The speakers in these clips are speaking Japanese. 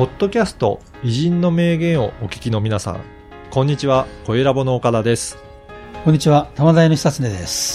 ポッドキャスト偉人の名言をお聞きの皆さん、こんにちは。声ラボの岡田です。 こんにちは。玉大の久常です。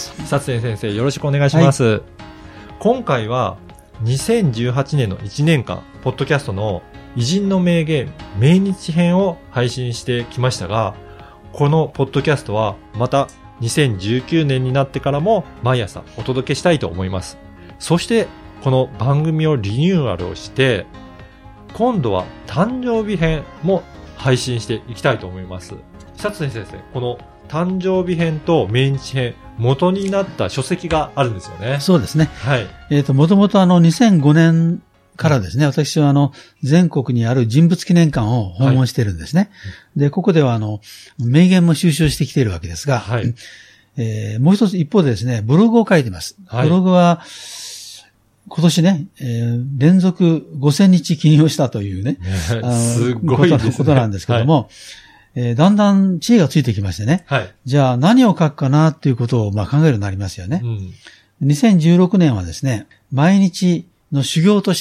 久常先生、よろしくお願いします。はい、今回は2018年の1年間ポッドキャストの偉人の名言命日編を配信してきましたが、このポッドキャストはまた2019年になってからも毎朝お届けしたいと思います。そしてこの番組をリニューアルをして、今度は誕生日編も配信していきたいと思います。久常先生、この誕生日編と命日編、元になった書籍があるんですよね。 そうですね。 はい。 もともと2005年からですね、私は全国にある人物記念館を訪問しているんですね。はい、で、ここでは名言も収集してきているわけですが、はい、もう一つ一方でですね、ブログを書いています。はい、ブログは、今年ね、連続5000日記入をしたというね、 すごいですね。 ことなんですけども、はい、だんだん知恵がついてきましてね、はい、じゃあ何を書くかなっていうことを考えるようになりますよね。2016年はですね、毎日の修行として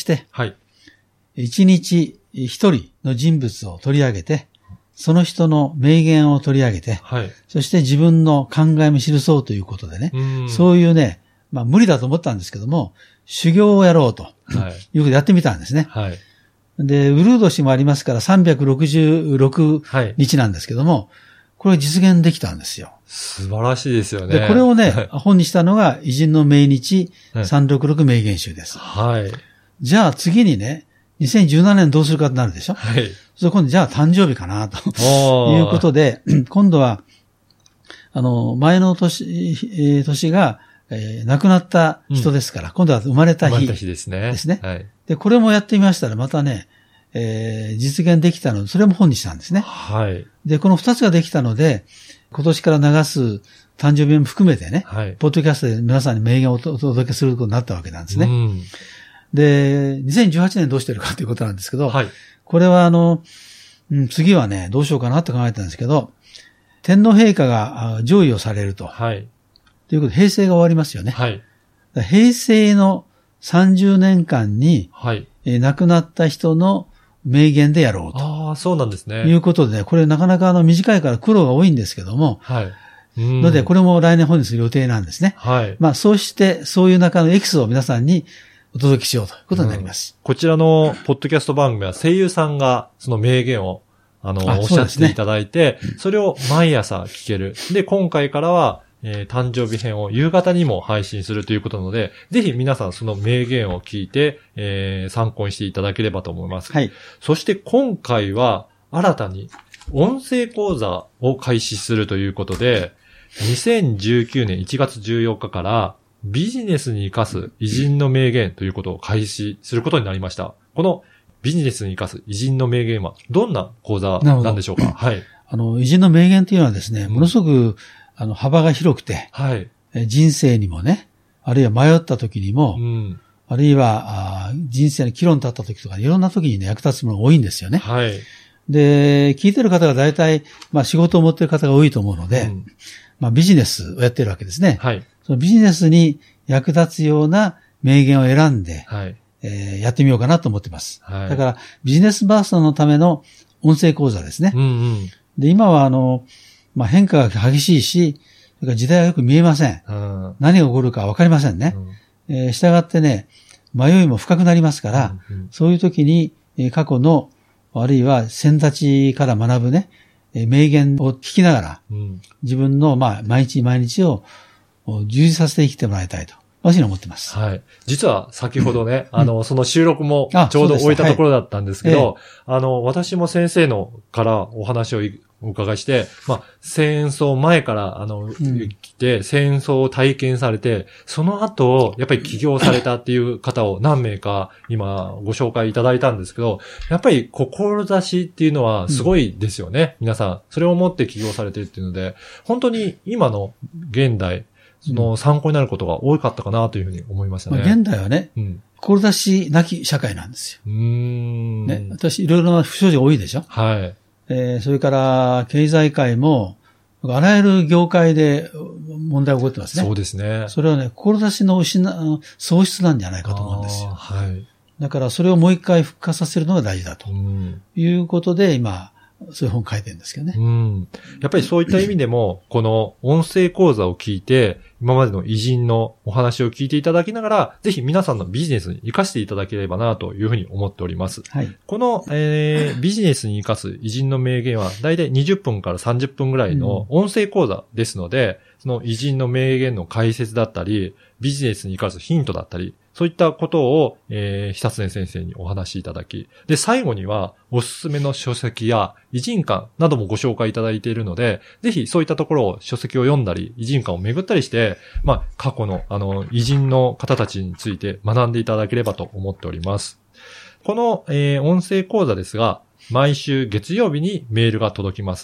、1日1人の人物を取り上げて、その人の名言を取り上げて、はい、そして自分の考えも記そうということでね、そういうね、無理だと思ったんですけども、修行をやろうと、いうことでやってみたんですね。はい、で、ウルー年もありますから366日なんですけども、これ実現できたんですよ。 素晴らしいですよね。 で、これをね、本にしたのが偉人の命日366名言集です。はい。じゃあ次にね、2017年どうするかとなるでしょ。はい。それ今度じゃあ誕生日かなということで、今度は前の年が亡くなった人ですから、今度は生まれた日ですね。はい。で、これもやってみましたらまたね、実現できたので、それも本にしたんですね。はい。で、この2つができたので、今年から流す誕生日も含めてね、はい、ポッドキャストで皆さんに名言をお届けすることになったわけなんですね。で、2018年どうしてるかということなんですけど、はい、これは次はね、どうしようかなと考えたんですけど、天皇陛下が上位をされると。はい。ということで、平成が終わりますよね。はい。平成の30年間に、はい。亡くなった人の名言でやろうと。 ああ、そうなんですね。 いうことで、これなかなか短いから苦労が多いんですけども、はい。ので、これも来年本にする予定なんですね。はい。そうして、そういう中のエキスを皆さんにお届けしようということになります。 こちらのポッドキャスト番組は声優さんがその名言をおっしゃっていただいて、それを毎朝聞ける。で、今回からは、誕生日編を夕方にも配信するということなので、ぜひ皆さんその名言を聞いて、参考にしていただければと思います。はい。そして今回は新たに音声講座を開始するということで、2019年1月14日からビジネスに生かす偉人の名言ということを開始することになりました。このビジネスに生かす偉人の名言はどんな講座なんでしょうか。はい。 偉人の名言というのはですね、ものすごく幅が広くて、はい。人生にもね、あるいは迷った時にも、あるいは人生の岐路に立った時とか、いろんな時にね、役立つものが多いんですよね。はい。で、聞いてる方が大体、仕事を持ってる方が多いと思うので、ビジネスをやってるわけですね。はい。そのビジネスに役立つような名言を選んで、はい。やってみようかなと思ってます。はい。だから、ビジネスバーストのための音声講座ですね。で、今は変化が激しいし、それから時代がよく見えません。何が起こるかわかりませんね。したがってね、迷いも深くなりますから、そういう時に過去の、あるいは先たちから学ぶね、名言を聞きながら、自分の毎日毎日を充実させて生きてもらいたいと。私に思ってます。はい。 実は先ほどね、その収録もちょうど終えたところだったんですけど、私も先生のからお話をお伺いして、戦争前から来て、戦争を体験されて、その後、やっぱり起業されたっていう方を何名か今ご紹介いただいたんですけど、やっぱり志っていうのはすごいですよね。皆さん。それを持って起業されてるっていうので、本当に今の現代、参考になることが多かったかなというふうに思いましたね。 現代はね、志なき社会なんですよ。ね、私、いろいろな不祥事が多いでしょ。はい。それから、経済界も、あらゆる業界で問題が起こってますね。 そうですね。 それはね、志の喪失なんじゃないかと思うんですよ。はい。 だからそれをもう一回復活させるのが大事だということで、今、そういう本書いてるんですけどね。 やっぱりそういった意味でも、この音声講座を聞いて、今までの偉人のお話を聞いていただきながら、ぜひ皆さんのビジネスに活かしていただければなというふうに思っております。はい、この、ビジネスに活かす偉人の名言は、だいたい20分から30分ぐらいの音声講座ですので、その偉人の名言の解説だったり、ビジネスに活かすヒントだったり、そういったことを、久常先生にお話しいただき、で、最後には、おすすめの書籍や偉人館などもご紹介いただいているので、ぜひそういったところを書籍を読んだり、偉人館を巡ったりして、過去の、偉人の方たちについて学んでいただければと思っております。この、音声講座ですが、毎週月曜日にメールが届きます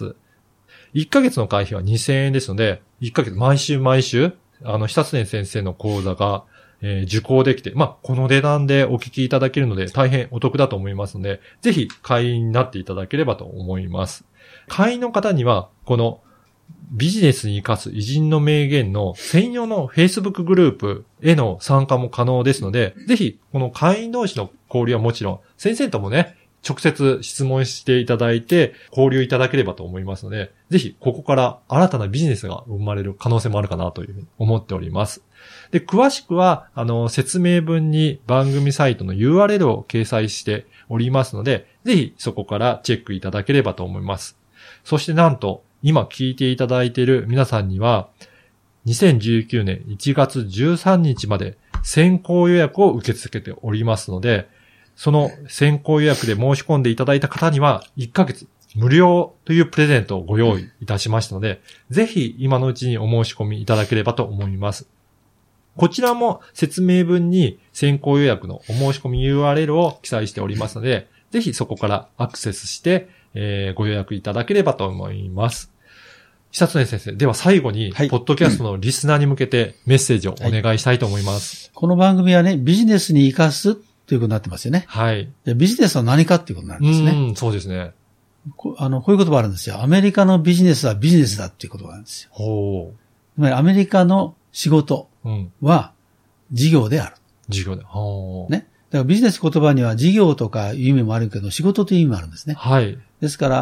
。1ヶ月の会費は2000円ですので、1ヶ月毎週、久常先生の講座が、受講できて、この値段でお聞きいただけるので大変お得だと思いますので、ぜひ会員になっていただければと思います。会員の方には、このビジネスに活かす偉人の名言の専用の Facebook グループへの参加も可能ですので、ぜひこの会員同士の交流はもちろん、先生ともね、直接質問していただいて交流いただければと思いますので、ぜひここから新たなビジネスが生まれる可能性もあるかなというふうに思っております。で、詳しくは、説明文に番組サイトの URL を掲載しておりますので、ぜひそこからチェックいただければと思います。そしてなんと、今聞いていただいている皆さんには、2019年1月13日まで先行予約を受け付けておりますので、その先行予約で申し込んでいただいた方には、1ヶ月無料というプレゼントをご用意いたしましたので、ぜひ今のうちにお申し込みいただければと思います。こちらも説明文に先行予約のお申し込み URL を記載しておりますので、ぜひそこからアクセスして、ご予約いただければと思います。久常先生、では最後に、ポッドキャストのリスナーに向けてメッセージをお願いしたいと思います。 この番組はね、ビジネスに活かすということになってますよね。 はい。 でビジネスは何かっていうことになるんですね。 そうですね。 こういう言葉あるんですよ。アメリカのビジネスはビジネスだっていう言葉なんですよ。 ほう。 つまりアメリカの仕事は事業である。 事業で。ほう。 ね。だからビジネス言葉には事業とかいう意味もあるけど、仕事という意味もあるんですね。 はい。 ですから、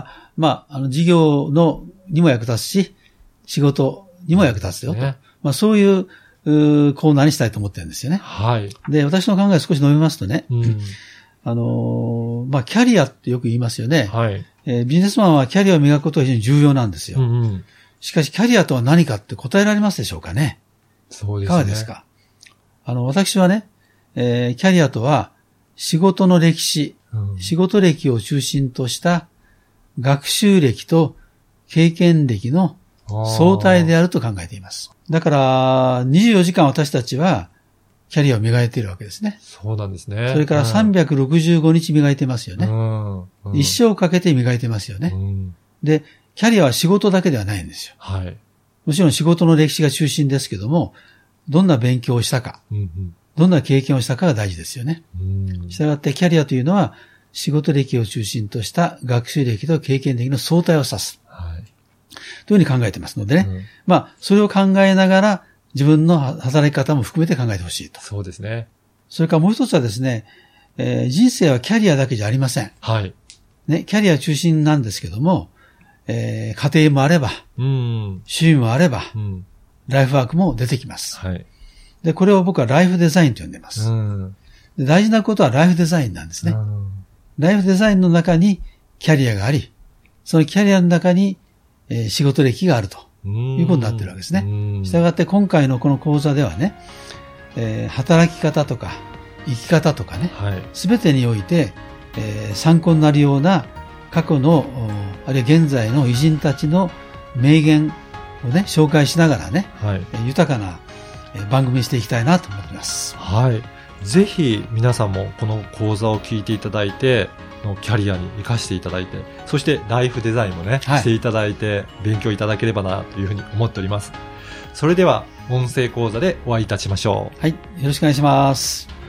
事業にも役立つし、仕事にも役立つよと。ね、そういうコーナーにしたいと思ってるんですよね。 はい。 で、私の考えを少し述べますとね、キャリアってよく言いますよね。 はい。 ビジネスマンはキャリアを磨くことが非常に重要なんですよ。しかし、キャリアとは何かって答えられますでしょうかね。 そうですね。 いかがですか？私はね、キャリアとは仕事の歴史、仕事歴を中心とした学習歴と経験歴の相対であると考えています。だから、24時間私たちはキャリアを磨いているわけですね。 そうなんですね。 それから365日磨いてますよね。一生かけて磨いてますよね。で、キャリアは仕事だけではないんですよ。 はい。 もちろん仕事の歴史が中心ですけども、どんな勉強をしたか、どんな経験をしたかが大事ですよね。したがってキャリアというのは仕事歴を中心とした学習歴と経験歴の相対を指す。というふうに考えてますのでね。それを考えながら自分の働き方も含めて考えてほしいと。 そうですね。 それからもう一つはですね、人生はキャリアだけじゃありません。 はい。 ね、キャリア中心なんですけども、家庭もあれば、趣味もあれば、ライフワークも出てきます。 はい。 で、これを僕はライフデザインと呼んでます。で、大事なことはライフデザインなんですね。ライフデザインの中にキャリアがあり、そのキャリアの中に、仕事歴があるということになっているわけですね。したがって今回のこの講座ではね、働き方とか生き方とかね、すべてにおいて、参考になるような過去の、あるいは現在の偉人たちの名言をね、紹介しながらね、豊かな番組にしていきたいなと思っています。 はい。ぜひ皆さんもこの講座を聞いていただいて、キャリアに生かしていただいて、そしてライフデザインもね、していただいて、勉強いただければなというふうに思っております。それでは、音声講座でお会いいたしましょう。 はい。よろしくお願いします。